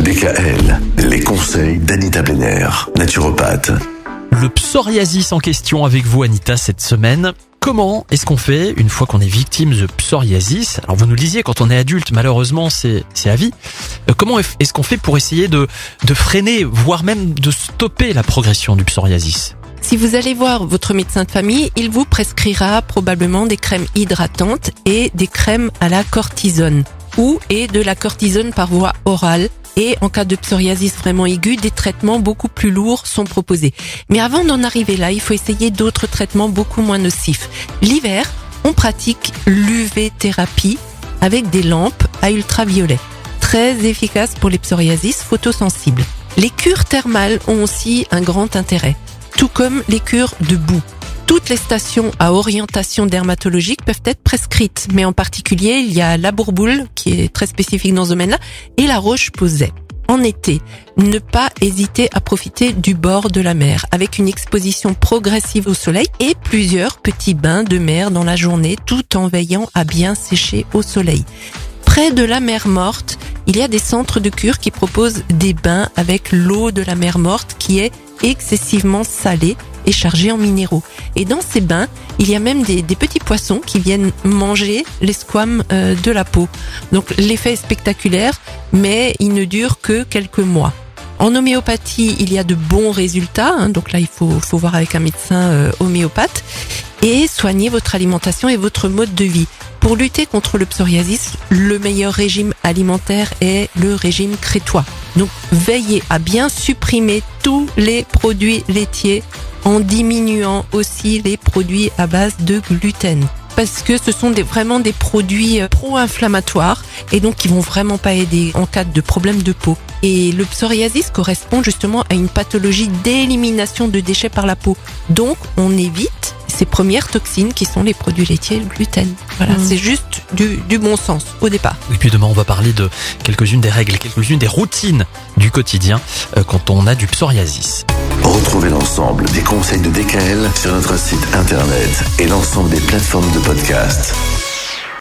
DKL, les conseils d'Anita Benner, naturopathe. Le psoriasis en question avec vous, Anita, cette semaine. Comment est-ce qu'on fait une fois qu'on est victime de psoriasis? Alors vous nous le disiez, quand on est adulte, malheureusement, c'est à vie. Comment est-ce qu'on fait pour essayer de freiner, voire même de stopper la progression du psoriasis? Si vous allez voir votre médecin de famille, il vous prescrira probablement des crèmes hydratantes et des crèmes à la cortisone et de la cortisone par voie orale. Et en cas de psoriasis vraiment aiguë, des traitements beaucoup plus lourds sont proposés. Mais avant d'en arriver là, il faut essayer d'autres traitements beaucoup moins nocifs. L'hiver, on pratique l'UV-thérapie avec des lampes à ultraviolet. Très efficace pour les psoriasis photosensibles. Les cures thermales ont aussi un grand intérêt, tout comme les cures de boue. Toutes les stations à orientation dermatologique peuvent être prescrites, mais en particulier, il y a la bourboule, qui est très spécifique dans ce domaine-là, et la roche-posay. En été, ne pas hésiter à profiter du bord de la mer, avec une exposition progressive au soleil et plusieurs petits bains de mer dans la journée, tout en veillant à bien sécher au soleil. Près de la mer Morte, il y a des centres de cure qui proposent des bains avec l'eau de la mer Morte qui est excessivement salée et chargée en minéraux. Et dans ces bains, il y a même des petits poissons qui viennent manger les squames de la peau. Donc l'effet est spectaculaire, mais il ne dure que quelques mois. En homéopathie, il y a de bons résultats, donc là il faut voir avec un médecin homéopathe, et soigner votre alimentation et votre mode de vie. Pour lutter contre le psoriasis, le meilleur régime alimentaire est le régime crétois. Donc veillez à bien supprimer tous les produits laitiers en diminuant aussi les produits à base de gluten. Parce que ce sont vraiment des produits pro-inflammatoires et donc qui vont vraiment pas aider en cas de problème de peau. Et le psoriasis correspond justement à une pathologie d'élimination de déchets par la peau. Donc on évite ces premières toxines qui sont les produits laitiers et le gluten. Voilà, c'est juste du bon sens au départ. Et puis demain on va parler de quelques-unes des règles, quelques-unes des routines du quotidien quand on a du psoriasis. Retrouvez l'ensemble des conseils de DKL sur notre site internet et l'ensemble des plateformes de podcast.